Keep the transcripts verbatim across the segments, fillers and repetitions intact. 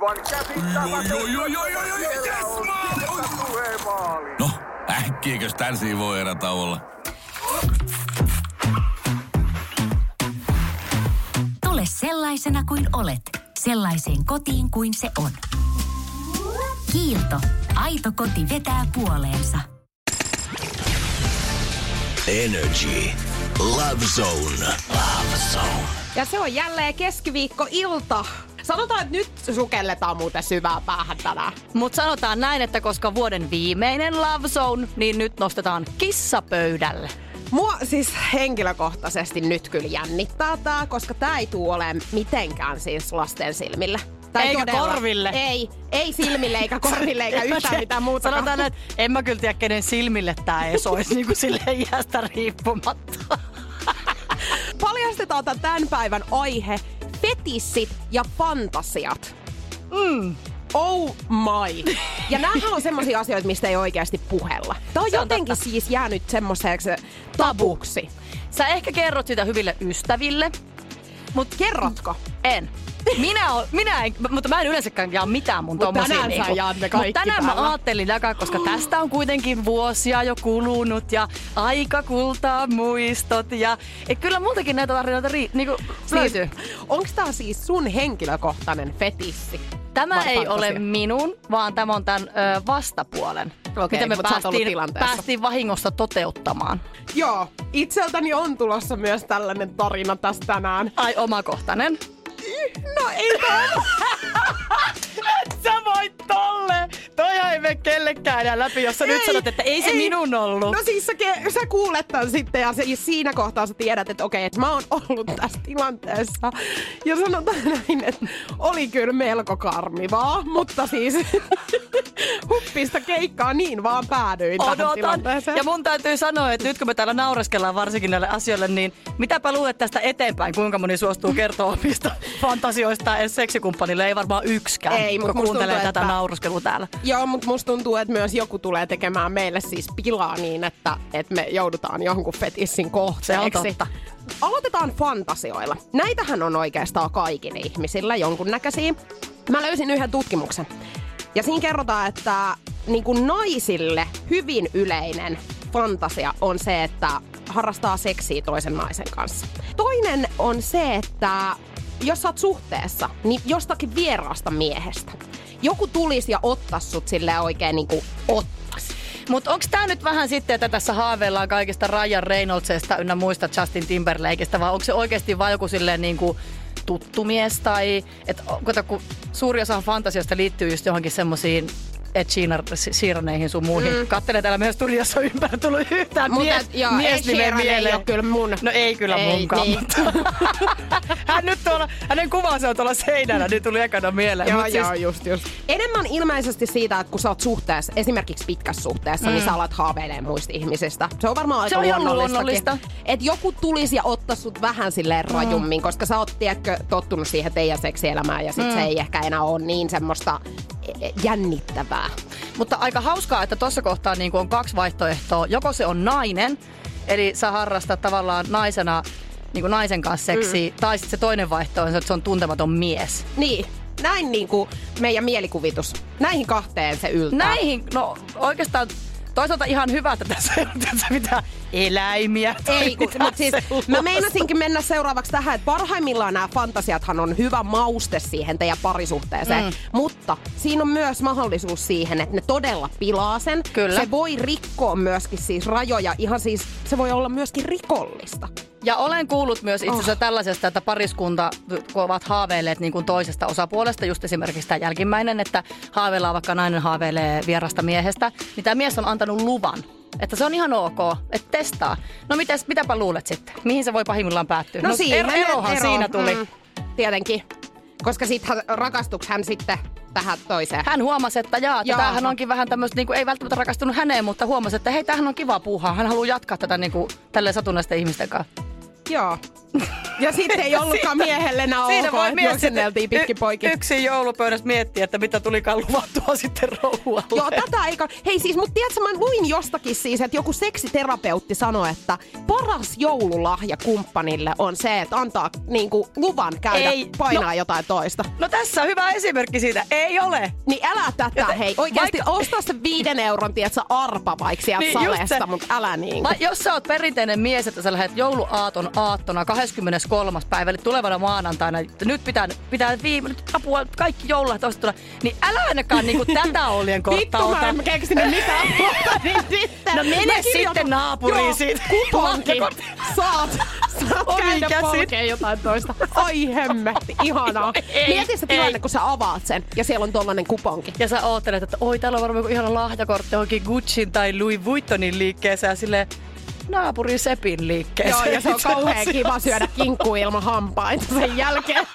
Aivan käsittämätöntä. No, äkkiäkös tän voi erätä olla? Tule sellaisena kuin olet, sellaiseen kotiin kuin se on. Kiilto. Aito koti vetää puoleensa. Energy. Love Zone. Love Zone. Ja se on jälleen keskiviikkoilta. Sanotaan, että nyt sukelletaan muuten syvää päähän tänään. Mutta sanotaan näin, että koska vuoden viimeinen Love Zone, niin nyt nostetaan kissa pöydälle. Mua siis henkilökohtaisesti nyt kyllä jännittää tää, koska tää ei tule olemaan mitenkään siis lasten silmille. Tai eikä todella, korville. Ei, ei silmille eikä korville eikä yhtään mitään muuta. Sanotaan, että en mä kyllä tiedä, kenen silmille tää ei soisi niin kuin silleen iästä riippumatta. Paljastetaan tämän päivän aihe, fetissit ja fantasiat. Mm. Oh my. Ja näähän on semmosia asioita, mistä ei oikeasti puhella. Tää on, Se on jotenkin totta. siis jäänyt semmoiseksi tabuksi. Sä ehkä kerrot sitä hyville ystäville. Mut kerrotko? En. Minä, on, minä en, mutta mä en yleensäkään jaa mitään mun Mut tommosia. tänään niinku. sä jaat ne kaikki Mut tänään täällä. mä ajattelin jakaa, koska tästä on kuitenkin vuosia jo kulunut ja aika kultaa muistot. Ja et kyllä multakin näitä tarinoita rii, niinku, löytyy. Onks tää siis sun henkilökohtainen fetissi? Tämä Vai ei fantasia? ole minun, vaan tämä on tämän ö, vastapuolen. Okei, mitä me mut sä oot ollut päästiin, tilanteessa. päästiin vahingossa toteuttamaan. Joo, itseltäni on tulossa myös tällainen tarina tästä tänään. Ai omakohtainen. No ei tää. Et sä voit tolle! Toi ei mene kellekään enää läpi, jos sä nyt sanot, että ei se ei. minun ollut. No siis sä, ke- sä kuulet tän sitten ja se, siinä kohtaa sä tiedät, että okei, että mä oon ollut tässä tilanteessa. Ja sanotaan näin, että oli kyllä melko karmivaa, mutta siis huppista keikkaa niin vaan päädyin tähän Odotan. tilanteeseen. Ja mun täytyy sanoa, että nyt kun me täällä naureskellaan varsinkin näille asioille, niin mitäpä luulet tästä eteenpäin, kuinka moni suostuu kertoa omista fantasioista edes seksikumppanille? Ei varmaan yksikään, Ei, mut kun musta kuuntelee tuntuu, tätä että- nauruskelua täällä. Joo, mutta musta tuntuu, että myös joku tulee tekemään meille siis pilaa niin, että, että me joudutaan jonkun fetissin kohteeksi. Se on totta. Aloitetaan fantasioilla. Näitähän on oikeastaan kaikille ihmisillä jonkunnäköisiä. Mä löysin yhden tutkimuksen. Ja siinä kerrotaan, että niin kuin naisille hyvin yleinen fantasia on se, että harrastaa seksiä toisen naisen kanssa. Toinen on se, että jos sä oot suhteessa, niin jostakin vieraasta miehestä joku tulisi ja ottaisi sut silleen oikein niin kuin ottais. Mutta onko tämä nyt vähän sitten, että tässä haaveillaan kaikista Ryan Reynoldsista ynnä muista Justin Timberlakeista, vai onko se oikeasti vain joku silleen niin kuin tuttu mies? Tai, et, kato, kun suuri osa fantasioista liittyy just johonkin semmosiin Ed Sheeraneihin sun muihin. Mm. Kattelee täällä meidän studiossa ympäri, tullut yhtään Mutta, mies, joo, mies Ed Sheeran ei ole kyllä mun. No ei kyllä ei, munkaan, niin. mutta hän nyt tuolla, hänen kuvansa on tuolla seinällä, niin tuli ekana mieleen. Joo, Mut joo, siis, just, just. Enemmän ilmeisesti siitä, että kun sä oot suhteessa, esimerkiksi pitkässä suhteessa, mm. niin sä alat haaveilemaan muista ihmisistä. Se on varmaan Se aika on ihan luonnollistakin. luonnollista. Että joku tulisi ja ottaa sut vähän silleen rajummin, mm. koska sä oot, tiedätkö, tottunut siihen teidän seksielämään ja sit mm. se ei ehkä enää ole niin semmoista jännittävää. Mutta aika hauskaa, että tuossa kohtaa niin on kaksi vaihtoehtoa. Joko se on nainen, eli sä harrastat tavallaan naisena niin naisen kanssa seksiä, mm. tai sitten se toinen vaihtoehto on, että se on tuntematon mies. Niin, näin niin kuin meidän mielikuvitus. Näihin kahteen se yltää. Näihin, no oikeastaan toisaalta ihan hyvä, että tässä ei ole mitään eläimiä. Ei, kun, mutta siis mä meinasinkin mennä seuraavaksi tähän, että parhaimmillaan nämä fantasiathan on hyvä mauste siihen teidän parisuhteeseen. Mm. Mutta siinä on myös mahdollisuus siihen, että ne todella pilaa sen. Kyllä. Se voi rikkoa myöskin siis rajoja, ihan siis se voi olla myöskin rikollista. Ja olen kuullut myös itse asiassa Oh. tällaisesta, että pariskunta, kun ovat haaveilleet niin kuin toisesta osapuolesta, just esimerkiksi tämä jälkimmäinen, että haaveillaan, vaikka nainen haaveilee vierasta miehestä, niin tämä mies on antanut luvan. Että se on ihan ok, että testaa. No mitäs, mitäpä luulet sitten? Mihin se voi pahimmillaan päättyä? No, no siihen ero, erohan ero, siinä tuli. Mm, tietenkin. Koska sitten rakastuks hän sitten tähän toiseen. Hän huomasi, että jaa, että Jaa. tämähän onkin vähän tämmöistä, niin kuin, ei välttämättä rakastunut häneen, mutta huomasi, että hei, tämähän on kiva puuhaa. Hän haluaa jatkaa tätä niin kuin, tälleen satunnaisten ihmisten kanssa. Joo. Ja sitten ei ollutkaan miehelle enää ok, että juoksenneltiin pitkin poikin. Yksin joulupöydässä miettiä, että mitä tulikaan luvattua sitten rouvalle. Joo, tätä ei... Hei siis, mutta tiedätkö, mä luin jostakin siis, että joku seksiterapeutti sanoi, että paras joululahja kumppanille on se, että antaa niinku luvan käydä ei, painaa no, jotain toista. No tässä on hyvä esimerkki siitä. Ei ole. Niin älä tätä, Joten, hei. Oikeasti vaikka... ostaa se viiden euron, tiedätkö, arpa vaikka sieltä niin, salesta, mutta älä niinku. Va, jos sä oot perinteinen mies, että sä lähdet jouluaaton aattona kahdeskymmeneskolmas päivä, eli tulevana maanantaina, nyt pitää, pitää viime, nyt apua, kaikki joululahjat ostaa, niin älä ainakaan niinku tätä oljen kohtaa ota. Vittu, mä en keksinyt mitään muuta, niin sitten. No mene sitten naapuriin joo, siitä. Kuponki. Saat, saat käydä polkeen jotain toista. Ai hemmetti, ihanaa. Ei, mieti se tilanne, ei. kun sä avaat sen ja siellä on tollanen kuponki. Ja sä oottelet, että oi, täällä on varmaan ihana lahjakortti johonkin Gucciin tai Louis Vuittonin liikkeeseen ja silleen naapurin Sepin liikkeeseen. Joo, ja se on kauhean kiva syödä kinkkua ilman hampaita sen jälkeen.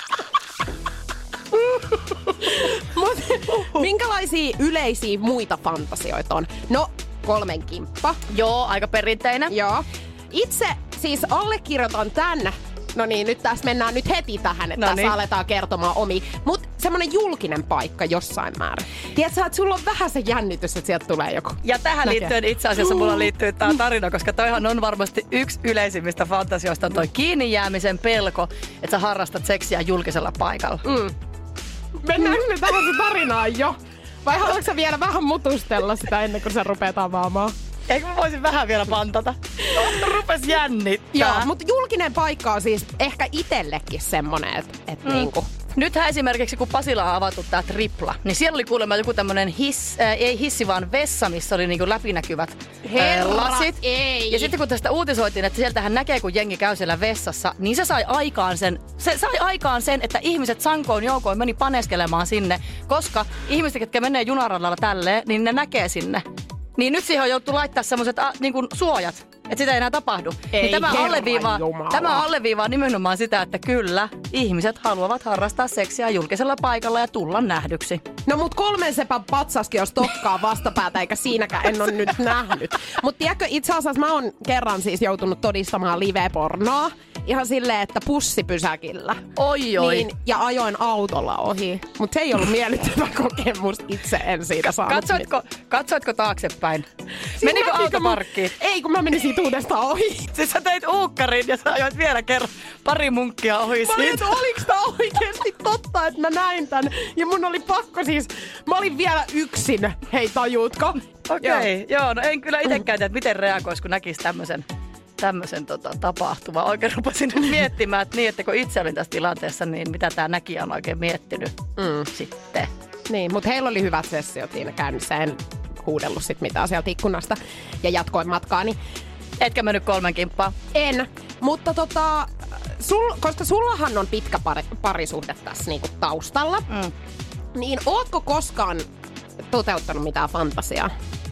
Mut minkälaisia yleisiä muita fantasioita on? No, kolmen kimppa. Joo, aika perinteinen. Joo. Itse siis allekirjoitan tän. No niin, nyt tässä mennään nyt heti tähän, että tässä aletaan kertomaan omi. Mut semmonen julkinen paikka jossain määrin. Tiedätkö, että sulla on vähän se jännitys, että sieltä tulee joku. Ja tähän näkee. Liittyen itse asiassa mulla liittyy tää tarina, koska toihan on varmasti yksi yleisimmistä fantasioista, on toi kiinni jäämisen pelko, että sä harrastat seksiä julkisella paikalla. Mm. Mennäänkö me tähän se tarinaan jo? Vai haluatko sä vielä vähän mutustella sitä ennen kuin sä rupeat avaamaan? Eikö mä voisin vähän vielä pantata? Rupes jännittää. Joo, mutta julkinen paikka on siis ehkä itsellekin semmonen, että et mm. niinku... Nythän esimerkiksi, kun Pasilla on avattu tää Tripla, niin siellä oli kuulemma joku tämmönen hiss, äh, ei hissi, vaan vessa, missä oli niinku läpinäkyvät Herra, äh, lasit. Ei. Ja sitten kun tästä uutisoitiin, että sieltähän näkee, kun jengi käy siellä vessassa, niin se sai aikaan sen, se sai aikaan sen, että ihmiset sankoon joukoin meni paneskelemaan sinne, koska ihmiset, jotka menee junaradalla tälleen, niin ne näkee sinne. Niin nyt siihen on joutu laittaa semmoiset niin kuin suojat, että sitä ei enää tapahdu. Ei, niin tämä alleviivaa, tämä alleviivaa nimenomaan sitä, että kyllä, ihmiset haluavat harrastaa seksiä julkisella paikalla ja tulla nähdyksi. No mut kolmen sepän patsaskin jos tokkaa vastapäätä, eikä siinäkään en ole nyt nähnyt. Mut tiedätkö, itse asiassa mä oon kerran siis joutunut todistamaan live-pornoa. Ihan silleen, että pussipysäkillä. Oi oi. Niin, ja ajoin autolla ohi. Mut se ei ollut miellyttävä kokemus. Itse en siitä saanut. Katsoitko, katsoitko taaksepäin? Siis menikö autoparkkiin? Mä, ei, kun mä menin siitä uudestaan ohi. Siis sä teit uukkarin ja sä ajoit vielä kerran pari munkkia ohi mä siitä. Mä olin, oliks tää oikeesti totta, että mä näin tän? Ja mun oli pakko siis, mä olin vielä yksin. Hei, tajuutko? Okei, okay, joo. joo, no en kyllä itekään tiedä, miten reagoisi, kun näkisi tämmösen. tämmöisen tota, tapahtuma. Oikein rupasin nyt miettimään, että niin, että kun itse olin tässä tilanteessa, niin mitä tämä näkijä on oikein miettinyt mm. sitten. Niin, mutta heillä oli hyvät sessiot siinä käynnissä. En huudellut sit mitään sieltä ikkunasta ja jatkoin matkaani. Etkä mennyt kolmen kimppaa? En, mutta tota, sul, koska sullahan on pitkä pari, parisuhde tässä niinku taustalla, mm. niin ootko koskaan toteuttanut mitään fantasiaa?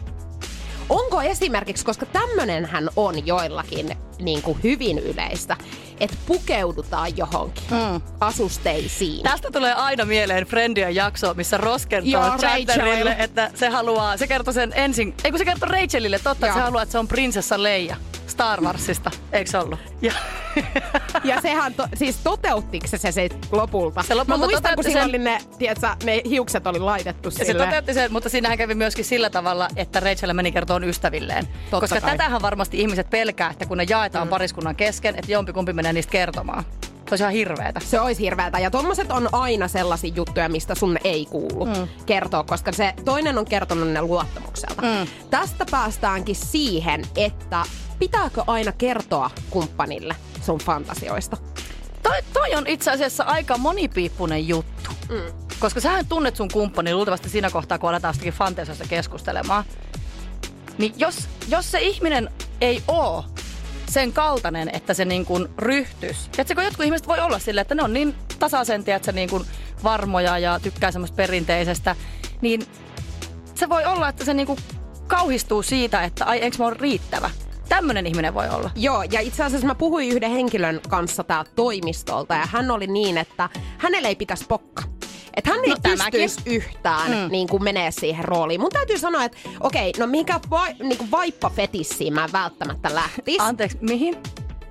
Onko esimerkiksi, koska tämmönenhän on joillakin niin kuin hyvin yleistä, että pukeudutaan johonkin mm. asusteisiin. Tästä tulee aina mieleen Friendien jakso, missä Ross kertoo Chatterille, että se haluaa, se kertoo sen ensin, ei kun se kertoo Rachelille, totta, että se haluaa, että se on prinsessa Leia Star Warsista, eikö se ollut? Ja, ja sehän, to, siis toteuttiko se se, se lopulta? Se lopulta mä muistan, kun siinä sen, oli ne, tiedätkö, ne hiukset oli laitettu ja sille. Se toteutti sen, mutta siinähän kävi myöskin sillä tavalla, että Rachel meni kertoon ystävilleen. Totta koska kai. Tätähän varmasti ihmiset pelkää, että kun ne jaetaan mm. pariskunnan kesken, että jompikumpi menee niistä kertomaan. Se olisi ihan hirveetä. Se olisi hirveätä. Ja tommoset on aina sellaisia juttuja, mistä sun ei kuulu mm. kertoa, koska se toinen on kertonut ne luottamukselta. Mm. Tästä päästäänkin siihen, että pitääkö aina kertoa kumppanille sun fantasioista? Toi, toi on itse asiassa aika monipiippunen juttu. Mm. Koska sähän tunnet sun kumppani luultavasti siinä kohtaa, kun aletaan sitäkin fantasioista keskustelemaan. Niin jos, jos se ihminen ei oo sen kaltainen, että se niin kuin ryhtys. Tiedätkö, kun jotkut ihmiset voi olla silleen, että ne on niin tasaisen, tiedätkö, niin kuin varmoja ja tykkää semmoista perinteisestä, niin se voi olla, että se niin kuin kauhistuu siitä, että ai, enkö mä ole riittävä. Tämmöinen ihminen voi olla. Joo, ja itse asiassa mä puhuin yhden henkilön kanssa täältä toimistolta, ja hän oli niin, että hänelle ei pitäisi pokka. Että hän ei no, pystyisi yhtään mm. niin kuin menee siihen rooliin. Mun täytyy sanoa, että okei, no mihinkä va, niin kuin vaippafetissiin mä välttämättä lähtis. Anteeksi, mihin?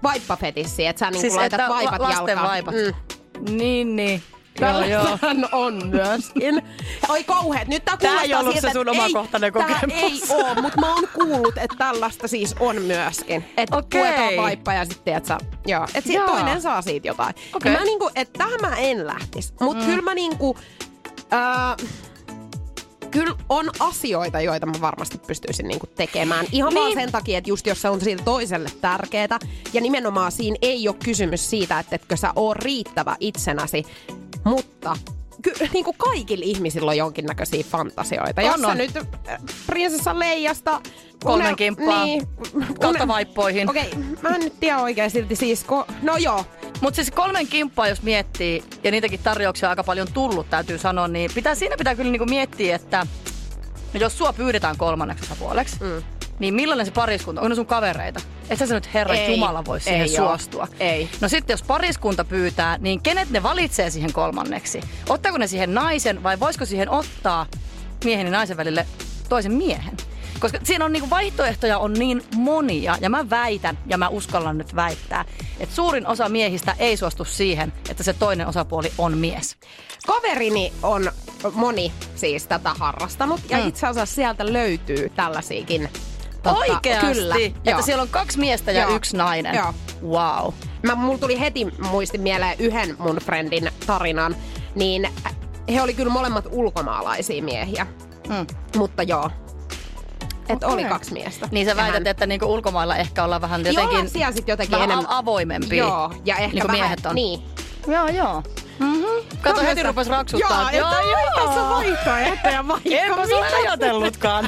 vaippafetissi, että sä niinku Siis laitat että vaipat la- lasten jalkaan. vaipat. Mm. Niin, niin. Joo, joo. Tällainen on myöskin. Oi kauheet, nyt tää Tää kuulostaa ei ollut siltä, se sun että omakohtainen ei, kokemus. Tää ei oo, mutta mä oon kuullut, että tällaista siis on myöskin. Että Okei. puetaan vaippa ja sitten, että sä, joo, että si- Jaa. toinen saa siitä jotain. Okei. Ja mä niinku, että tähän mä en lähtis. Mut mm. kyllä mä niinku, äh, kyllä on asioita, joita mä varmasti pystyisin niinku tekemään. Ihan niin. vaan sen takia, että just jos se on sille toiselle tärkeetä. Ja nimenomaan siinä ei ole kysymys siitä, että etkö sä oo riittävä itsenäsi. Mutta ky- niinku kaikilla ihmisillä on jonkinnäköisiä fantasioita. On, jos sä on. nyt äh, prinsessa Leijasta... Kolmen une- kimppaa, niin, kautta vaippoihin. Okei, okay, mä en nyt tiedä oikein silti siis... Ko- no joo. Mutta siis kolmen kimppaa, jos miettii, ja niitäkin tarjouksia on aika paljon tullut, täytyy sanoa, niin pitää, siinä pitää kyllä niinku miettiä, että no jos sua pyydetään kolmanneksi osapuoleksi, mm. niin millainen se pariskunta, onko ne sun kavereita? Et sä nyt Herra Ei, Jumala voi siihen ei suostua. oo. Ei. No sitten jos pariskunta pyytää, niin kenet ne valitsee siihen kolmanneksi? Ottaako ne siihen naisen vai voisiko siihen ottaa miehen ja naisen välille toisen miehen? Koska siinä on niinku vaihtoehtoja on niin monia, ja mä väitän, ja mä uskallan nyt väittää, että suurin osa miehistä ei suostu siihen, että se toinen osapuoli on mies. Kaverini on moni siis tätä harrastanut, ja Mm. itse asiassa sieltä löytyy tällaisiakin. Totta, Oikeasti? Kyllä. Että joo. siellä on kaksi miestä ja Joo. yksi nainen? Joo. Wow. Mä, mulla tuli heti muistin mieleen yhden mun friendin tarinan, niin he oli kyllä molemmat ulkomaalaisia miehiä. Mm. Mutta joo. Että Okei. oli kaksi miestä. Niin sä Ja väität, hän- että niinku ulkomailla ehkä ollaan vähän jotenkin... Joo, siellä sit jotenkin vähän enemmän... avoimempia. Joo, ja ehkä Niin kuin vähän... miehet on. Niin. Joo, joo. Mm-hmm. Kato, heti Tämmöstä- rupes raksuttaa. Joo, että ei tässä vaihtoehtoja vaikka Enpä se mitä. ajatellutkaan.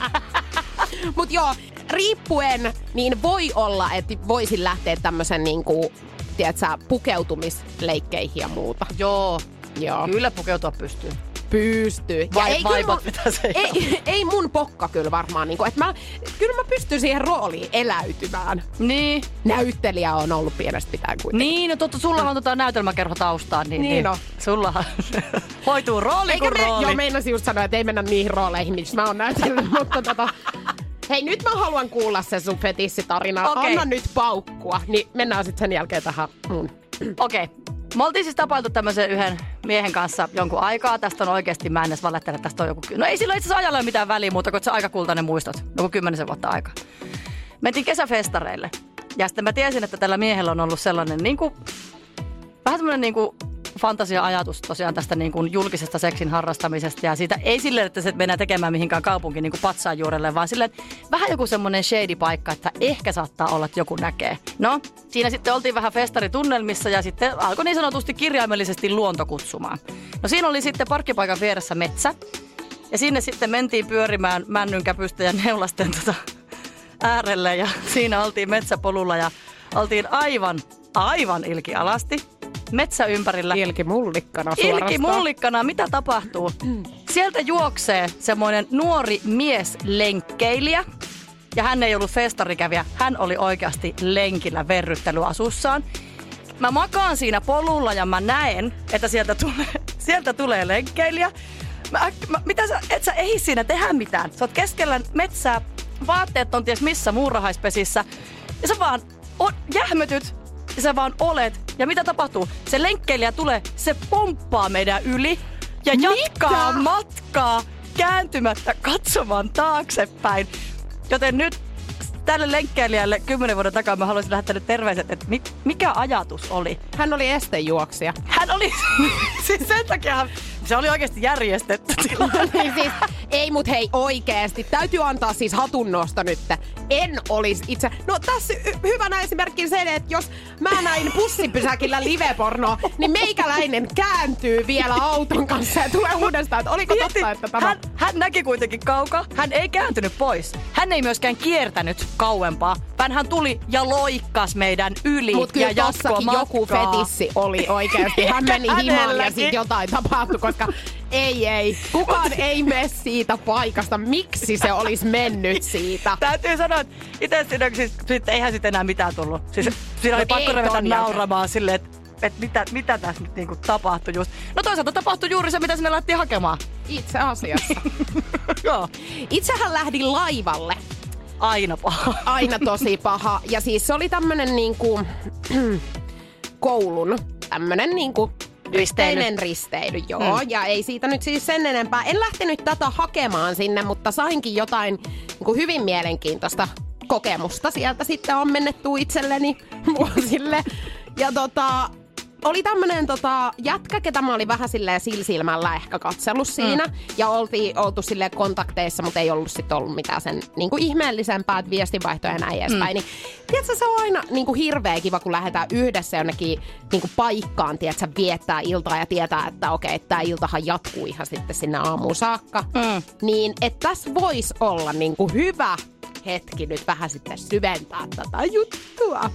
Mut joo, riippuen, niin voi olla, että voisin lähteä tämmösen niinku, tiedätkö, pukeutumisleikkeihin ja muuta. Joo. Joo. Kyllä pukeutua pystyy. Pystyy. Vai- kyllä vaipat mun- pitää seikata. ei, ei mun pokka kyllä varmaan. Niinku, että mä, kyllä mä pystyn siihen rooliin eläytymään. Niin. Näyttelijä on ollut pienestä pitäen kuitenkin. Niin, no totta, sulla on tota näytelmäkerho taustaan. Niin, Niin on. Sullahan hoituu rooli Eikä kuin me, rooli. joo, meinasin just sanoa, että ei mennä niihin rooleihin, missä mä oon näytellyt, mutta tota... Hei, nyt mä haluan kuulla sen sun fetissitarina. Okei. Anna nyt paukkua, niin mennään sitten sen jälkeen tähän mun. Okei. Okay. Me oltiin siis tapailtu tämmöisen yhden miehen kanssa jonkun aikaa. Tästä on oikeasti, mä en edes valettele, että tästä on joku... No ei sillä itse asiassa ajalla ole mitään väliä muuta, kun se aika kultainen muistot. Joku kymmenisen vuotta aikaa. Mentiin kesäfestareille. Ja sitten mä tiesin, että tällä miehellä on ollut sellainen niin kuin... Vähän semmoinen niin kuin fantasia-ajatus tosiaan tästä niin kuin julkisesta seksin harrastamisesta. Ja siitä ei silleen, että se mennään tekemään mihinkään kaupunkiin niin kuin patsaan juurelle, vaan silleen, vähän joku semmoinen shady paikka, että ehkä saattaa olla, että joku näkee. No, siinä sitten oltiin vähän festaritunnelmissa ja sitten alkoi niin sanotusti kirjaimellisesti luonto kutsumaan. No siinä oli sitten parkkipaikan vieressä metsä. Ja sinne sitten mentiin pyörimään männynkäpystä ja neulasten tota äärelle ja siinä oltiin metsäpolulla ja oltiin aivan, aivan ilkialasti. Metsä ympärillä. Ilki mullikkana suorastaan. Ilki mullikkana, mitä tapahtuu? Sieltä juoksee semmoinen nuori mieslenkkeilijä. Ja hän ei ollut festarikävijä, hän oli oikeasti lenkillä verryttelyasussaan. Mä makaan siinä polulla ja mä näen, että sieltä tulee, sieltä tulee lenkkeilijä. Mä, mä, mitä sä, et sä ehdi siinä tehdä mitään. Sä oot keskellä metsää, vaatteet on ties missä muurahaispesissä. Ja sä vaan on, jähmetyt ja sä vaan olet. Ja mitä tapahtuu? Se lenkkeilijä tulee, se pomppaa meidän yli ja jatkaa Mitä? matkaa kääntymättä katsomaan taaksepäin. Joten nyt tälle lenkkeilijälle kymmenen vuoden takaa mä haluaisin lähettää nyt terveiset, että mi- mikä ajatus oli. Hän oli estejuoksija. Hän oli, siis sen takia se oli oikeasti järjestetty tilanne. Niin siis, ei mut hei oikeesti. Täytyy antaa siis hatunnosto nyt. En olisi itse... No tässä y- hyvänä esimerkki se, että jos mä näin bussipysäkillä livepornoa, niin meikäläinen kääntyy vielä auton kanssa ja tulee uudestaan. Että oliko Mieti, totta, että tämä... hän, hän näki kuitenkin kaukaa. Hän ei kääntynyt pois. Hän ei myöskään kiertänyt kauempaa, vaan hän tuli ja loikkas meidän yli Mut ja kyllä jatkoi tossakin matkaa. joku fetissi oli oikeesti. Hän meni himaan ja Hänelläkin. sit jotain tapahtui, koska ei ei. Kukaan ei mene siitä paikasta. Miksi se olisi mennyt siitä? Täytyy sanoa, että itse siinä, siis, sit, eihän sitten enää mitään tullut. Siis, siinä oli Mut pakko ei ruveta ton nauramaan silleen, että et mitä, mitä tässä nyt niinku tapahtui just. No toisaalta tapahtui juuri se, mitä sinne lähti hakemaan. Itse asiassa. Joo. Itsehän lähdin laivalle aina paha. Aina tosi paha. Ja siis se oli tämmönen niinku koulun tämmönen niinku yhteinen risteily, joo. Mm. Ja ei siitä nyt siis sen enempää. En lähtenyt tätä hakemaan sinne, mutta sainkin jotain niinku hyvin mielenkiintoista kokemusta sieltä sitten ammennettua itselleni vuosille. Ja tota... Oli tämmönen tota, jätkä, ketä mä olin vähän silleen silsilmällä ehkä katsellut siinä. Mm. Ja oltiin oltu silleen kontakteissa, mutta ei ollut sit ollut mitään sen niinku ihmeellisempää, että viestinvaihtoja ja näin edespäin. Mm. Niin, tiedätkö, se on aina niinku hirveä kiva, kun lähdetään yhdessä jonnekin niinku paikkaan, tiedätkö, viettää iltaa ja tietää, että okei, että tää iltahan jatkuu ihan sitten sinne aamuun saakka. Mm. Niin, että tässä voisi olla niinku hyvä hetki nyt vähän sitten syventää tätä juttua.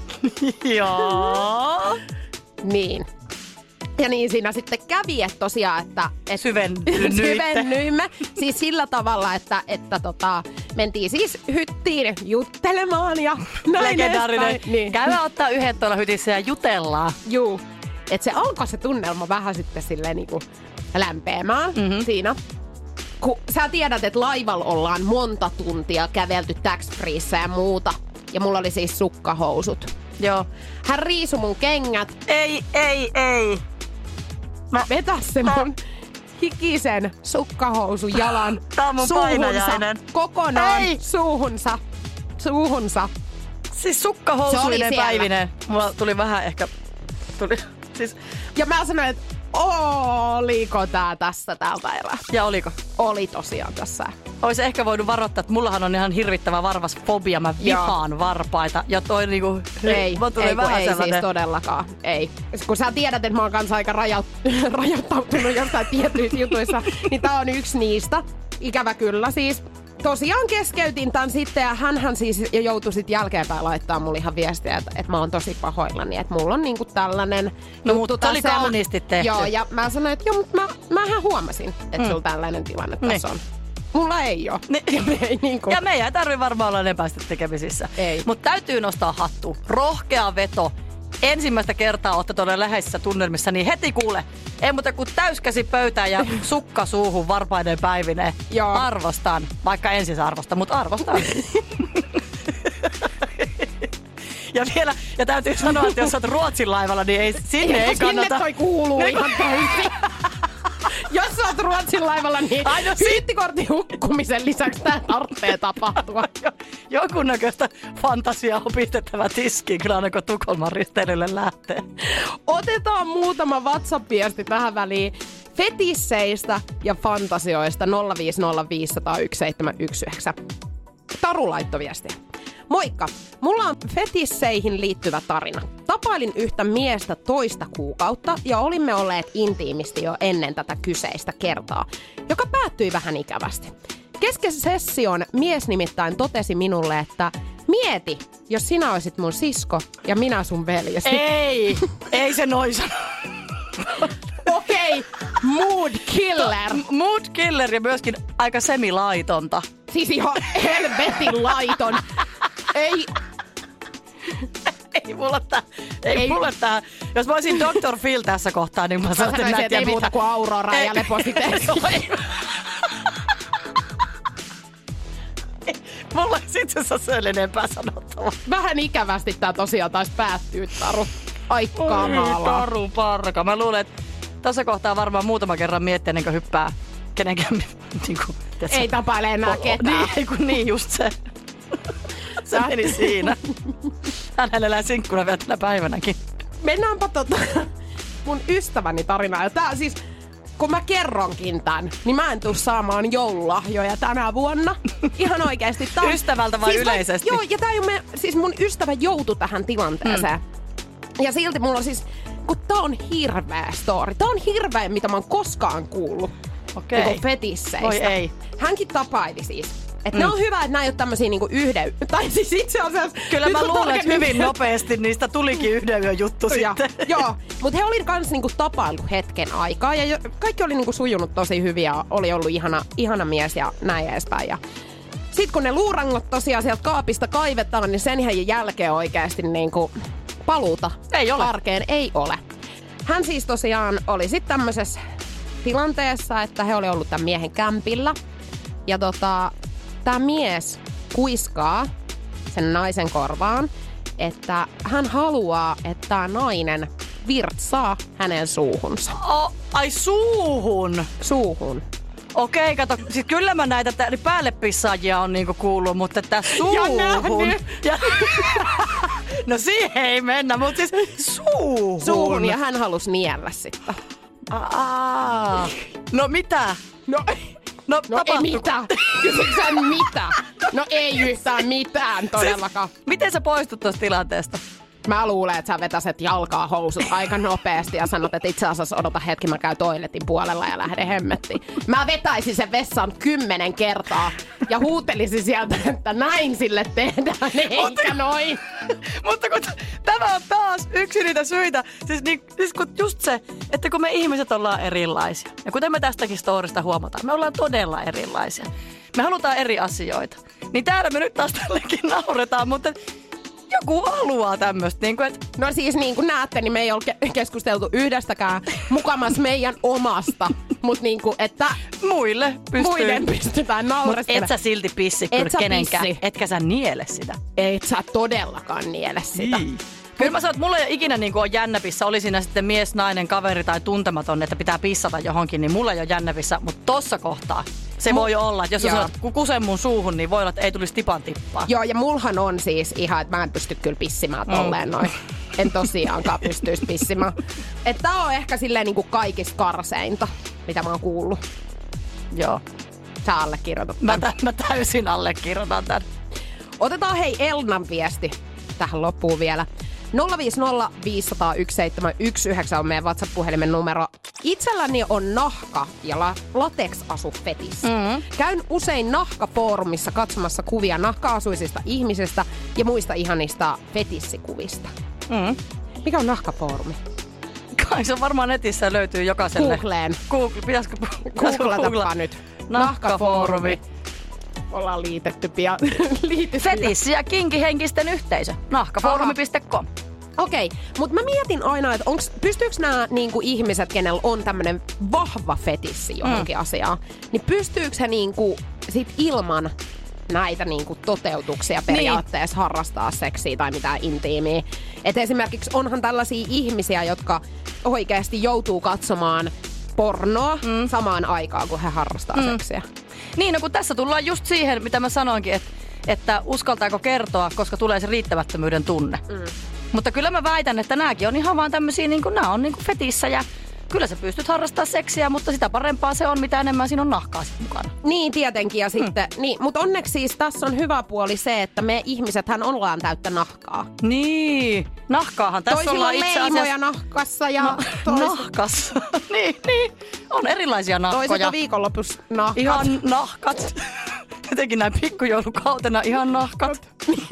Joo. Niin. Ja niin siinä sitten kävi, että tosiaan, että... Et Syvennyitte. Syvennyimme. Siis sillä tavalla, että, että tota, mentiin siis hyttiin juttelemaan ja näin. Legendaarinen. Niin. Käydään ottaa yhden tuolla hytissä ja jutellaan. Juu. Että se alkoi se tunnelma vähän sitten silleen niinku lämpeämään mm-hmm. siinä. Kun sä tiedät, että laivalla ollaan monta tuntia kävelty tax-freeissä ja muuta. Ja mulla oli siis sukkahousut. Joo. Hän riisui mun kengät. Ei, ei, ei. Mä vetäs se mun hikisen sukkahousun jalan Tää on mun painajainen. Kokonaan ei. suuhunsa. Suuhunsa. Siis sukkahousuinen päivinen. Mulla tuli vähän ehkä... Tuli, siis... Ja mä sanoin, että oliko tää tässä täältä erää? Ja oliko? Oli tosiaan tässä. Olisi ehkä voinut varoittaa, että mullahan on ihan hirvittävä varvasfobia. Mä vihaan Joo. varpaita. Ja toi niinku... Ei, ei, vähän ei siis todellakaan. Ei. Kun sä tiedät, että mä oon kanssa aika rajoitt- rajoittautunut jostain tietyissä jutuissa, niin tää on yksi niistä. Ikävä kyllä siis. Tosiaan keskeytin tämän sitten ja hänhän siis joutui sitten jälkeenpäin laittaa mulle ihan viestiä, että, että mä oon tosi pahoillani, että mulla on niinku tällainen no, juttu mutta oli kauniisti tehty. Joo, ja mä sanoin, että joo, mutta mä, mähän huomasin, että mm. sulla tällainen tilanne niin. tässä on. Mulla ei oo. Ne, ja, me ei niinku. Ja meidän ei tarvitse varmaan olla epäistä tekemisissä. Ei. Mutta täytyy nostaa hattu. Rohkea veto. Ensimmäistä kertaa ootte tuolla läheisissä tunnelmissa, niin heti kuule. Ei muuta kuin täyskäsi pöytään ja sukka suuhun varpaiden päivineen. Joo. Arvostan. Vaikka ensin arvostan, mutta arvostan. Ja vielä, ja täytyy sanoa, että jos oot Ruotsin laivalla, niin ei, sinne ei, ei kannata. Sinne toi kuuluu ihan täysin. Jos sä oot Ruotsin laivalla, niin syittikortin hukkumisen lisäksi tää tarvitsee tapahtua. Jonkunnäköistä fantasiaa on pistettävä tiskiin, kyllä aina kun Tukholman risteilylle lähtee. Otetaan muutama WhatsApp-viesti tähän väliin fetisseistä ja fantasioista nolla viisi nolla viisi nolla nolla yksi seitsemän yksi yhdeksän. Taru laittoi viestiä. Moikka! Mulla on fetisseihin liittyvä tarina. Tapailin yhtä miestä toista kuukautta ja olimme olleet intiimisti jo ennen tätä kyseistä kertaa, joka päättyi vähän ikävästi. Kesken session mies nimittäin totesi minulle, että mieti, jos sinä olisit mun sisko ja minä sun veljesi. Ei! Ei se noin sano. Okei, okay. Mood killer. To, mood killer ja myöskin aika semilaitonta. Siis ihan helvetin laiton. Ei. Ei mulla tää. Ei, ei. mulla tää. Jos mä olisin doctor Phil tässä kohtaa, niin mä sanoin, että näet ja ei muuta kuin Aurora ja Lepositeesi. Mulla ei itse asiassa sen enempää sanottavaa. Vähän ikävästi tää tosiaan taisi päättyä, Taru. Ai kamala. Taru parka. Mä luulen, että tässä kohtaa varmaan muutama kerran miettiä, ennen kuin hyppää kenenkään. Niin kuin, tiedätkö, ei tapaile enää ketään. Niin, kun niin just se. Se meni siinä. Hän elää sinkkuna vielä tänä päivänäkin. Mennäänpä tota mun ystäväni tarinaa. Ja tää siis, kun mä kerronkin tän, niin mä en tuu saamaan joululahjoja tänä vuonna. Ihan oikeesti. Tää on, ystävältä vai siis yleisesti? Vai, joo, ja tää ei me, siis mun ystävä joutui tähän tilanteeseen. Mm. Ja silti mulla on siis, kun tää on hirveä story. Tää on hirveä, mitä mä oon koskaan kuullut. Okei. Niin fetisseistä. Oi ei. Hänkin tapaili siis. Että mm. ne on hyvä, että nämä ei ole tämmöisiä niinku yhden... Tai siis itse asiassa... Kyllä mä luulen, että hyvin nopeasti niistä tulikin yhden yön juttu ja, sitten. Joo, mutta he oli kans niinku tapaillut hetken aikaa. Ja jo, kaikki oli niinku sujunut tosi hyvin ja oli ollut ihana, ihana mies ja näin edespäin. Ja sit kun ne luurangot tosiaan sieltä kaapista kaivetaan, niin sen jälkeen oikeasti niinku paluuta ei ole. Arkeen ei ole. Hän siis tosiaan oli sit tämmöisessä tilanteessa, että he oli ollut tämän miehen kämpillä. Ja tota... Tämä mies kuiskaa sen naisen korvaan, että hän haluaa, että tämä nainen virtsaa hänen suuhunsa. Oh, ai suuhun? Suuhun. Okei, kato, siis kyllä mä näitä t- päälle pissaajia on niinku kuullut, mutta tää suuhun. Ja nähnyt. Ja no siihen ei mennä, mutta siis suuhun. Suuhun ja hän halusi niellä sitten. Aa. No mitä? No, no, no ei mitään. Kysytkö sä mitä? No ei yhtään mitään todellakaan. Siis, miten sä poistut tuosta tilanteesta? Mä luulen, että sä vetäset jalkaa housut aika nopeasti ja sanot, että itse asiassa odota hetki, mä käyn toiletin puolella ja lähden hemmettiin. Mä vetäisin sen vessan kymmenen kertaa ja huutelisin sieltä, että näin sille tehdään, eikä noin. Mutta kun t- tämä on taas yksi niitä syitä, siis, niin, siis kun just se, että kun me ihmiset ollaan erilaisia, ja kuten me tästäkin storista huomataan, me ollaan todella erilaisia. Me halutaan eri asioita. Niin täällä me nyt taas tällekin nauretaan, mutta joku haluaa tämmöistä. Niin kuin, et... No siis niin kuin näette, niin me ei ole ke- keskusteltu yhdestäkään mukamas meidän omasta. Mutta niin kuin, että muille pystyy. Muiden pystytään naureskelemaan. Mutta et sä silti pissi kyllä kenenkään. Pissi. Etkä sä niele sitä. Et sä todellakaan niele sitä. Niin. Kyllä mä sanon, että mulla ei ikinä niin ole jännäpissä, oli siinä sitten mies, nainen, kaveri tai tuntematon, että pitää pissata johonkin, niin mulla ei ole jännäpissä, mutta tossa kohtaa se M- voi olla, että jos sä sanot, kun kusen mun suuhun, niin voi olla, että ei tulisi tipan tippaa. Joo, ja mulhan on siis ihan, että mä en pysty kyllä pissimään tolleen noin. En tosiaankaan pystyisi pissimään. Että tää on ehkä silleen niin kuin kaikista karseinta, mitä mä oon kuullut. Joo. Sä allekirjoitat mä, tä- mä täysin allekirjoitan tän. Otetaan hei Elnan viesti tähän loppuun vielä. nolla viisi nolla viisi nolla yksi seitsemän yksi yhdeksän on meidän WhatsApp-puhelimen numero. Itselläni on nahka ja la- latex-asu fetissä. Mm-hmm. Käyn usein nahkafoorumissa katsomassa kuvia nahka-asuisista ihmisistä ja muista ihanista fetissikuvista. Mm. Mikä on nahkafoorumi? Kai se varmaan netissä löytyy jokaiselle. Googleen. Google, pitäisikö Googletapa nyt. Nahkafoorumi. Ollaan liitetty pian. Fetissi ja kinkihenkisten yhteisö. Nahkafoorumi piste com. Okei, okay, mutta mä mietin aina, että onks, pystyykö nämä niinku, ihmiset, kenellä on tämmönen vahva fetissi johonkin mm. asiaan, niin pystyykö he niinku, sit ilman näitä niinku, toteutuksia periaatteessa niin. harrastaa seksiä tai mitään intiimiä? Et esimerkiksi onhan tällaisia ihmisiä, jotka oikeasti joutuu katsomaan pornoa mm. samaan aikaan, kun he harrastaa mm. seksiä. Niin, no kun tässä tullaan just siihen, mitä mä sanoinkin, että, että uskaltaako kertoa, koska tulee se riittämättömyyden tunne. Mm. Mutta kyllä mä väitän, että nääkin on ihan vaan tämmöisiä, niin kuin, nää on niin kuin fetissä ja kyllä sä pystyt harrastamaan seksiä, mutta sitä parempaa se on, mitä enemmän siinä on nahkaa mukana. Niin, tietenkin. Ja sitten, mm. niin, mutta onneksi siis tässä on hyvä puoli se, että me ihmisethän ollaan täyttä nahkaa. Niin, nahkaahan tässä toisilla ollaan itse asiassa. Toisilla nahkassa ja no, tois... nahkassa. niin, niin. On erilaisia nahkoja. Toiset on viikonlopussa nahkat. Ihan nahkat. Jotenkin näin pikkujoulukautena ihan nahkat.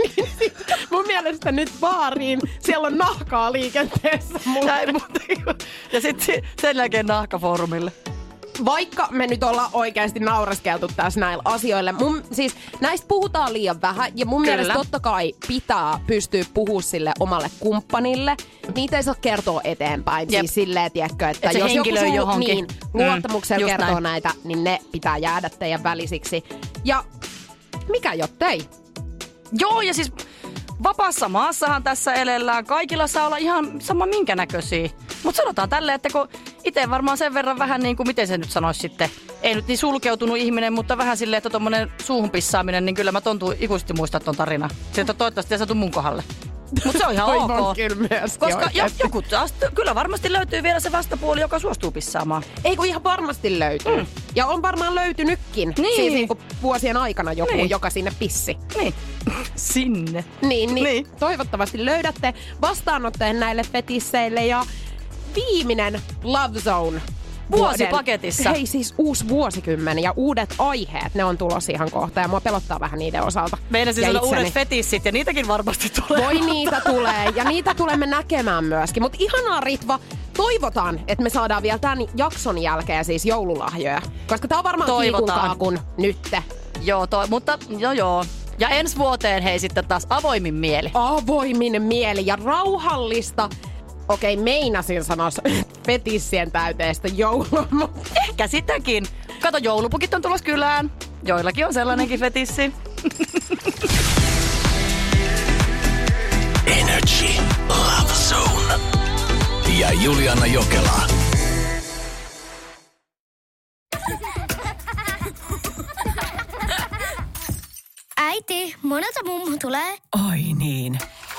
Mun mielestä nyt baariin, siellä on nahkaa liikenteessä. Näin, mutta, ja sitten sen jälkeen nahkafoorumille. Vaikka me nyt ollaan oikeasti naureskeltu tässä näillä asioille. Mun, siis näistä puhutaan liian vähän ja mun Kyllä. mielestä totta kai pitää pystyä puhua sille omalle kumppanille. Niitä ei saa kertoa eteenpäin. Jep. Siis silleen, tiedätkö, että Et jos joku sul, johonkin. Niin, luottamuksella mm, kertoo näin. näitä, niin ne pitää jäädä teidän välisiksi. Ja mikä jottei? Joo, ja siis vapaassa maassahan tässä elellään. Kaikilla saa olla ihan sama minkä näköisiä. Mutta sanotaan tälleen, että kun itse varmaan sen verran vähän niin kuin, miten se nyt sanoisi sitten, ei nyt niin sulkeutunut ihminen, mutta vähän silleen, että tommonen suuhun pissaaminen, niin kyllä mä tontuu ikuisesti muistaa ton tarina. Sieltä toivottavasti ei saatu mun kohdalle. Mutta se on ihan ok. Koska jo, joku taas, kyllä varmasti löytyy vielä se vastapuoli, joka suostuu pissaamaan. Ei kun ihan varmasti löytyy. Mm. Ja on varmaan löytynytkin. Niin. Siis niin kuin vuosien aikana joku, niin. joka sinne pissi. Niin. Sinne. Niin, niin, niin. Toivottavasti löydätte vastaanotteen näille fetisseille. Ja viimeinen Love Zone. Vuosipaketissa. Hei siis uusi vuosikymmen ja uudet aiheet, ne on tulossa ihan kohta ja mua pelottaa vähän niiden osalta. Meidän siis on uudet fetissit ja niitäkin varmasti tulee. Voi niitä tulee ja niitä tulemme näkemään myöskin. Mutta ihanaa Ritva, toivotaan, että me saadaan vielä tämän jakson jälkeen siis joululahjoja. Koska tää on varmaan kiikunkaa kuin nytte. Joo, toi, mutta joo joo. Ja ensi vuoteen hei sitten taas avoimin mieli. Avoimin mieli ja rauhallista. Okei, meinasin sanoa fetissien täyteistä joulua, mutta ehkä sitäkin. Kato, joulupukit on tulossa kylään. Joillakin on sellainenkin fetissi. Energy Love Zone. Ja Juliana Jokela. Äiti, monelta mummu tulee? Oi niin.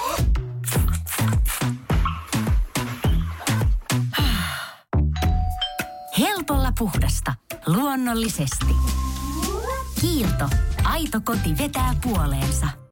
Helpolla puhdasta. Luonnollisesti. Kiilto. Aito koti vetää puoleensa.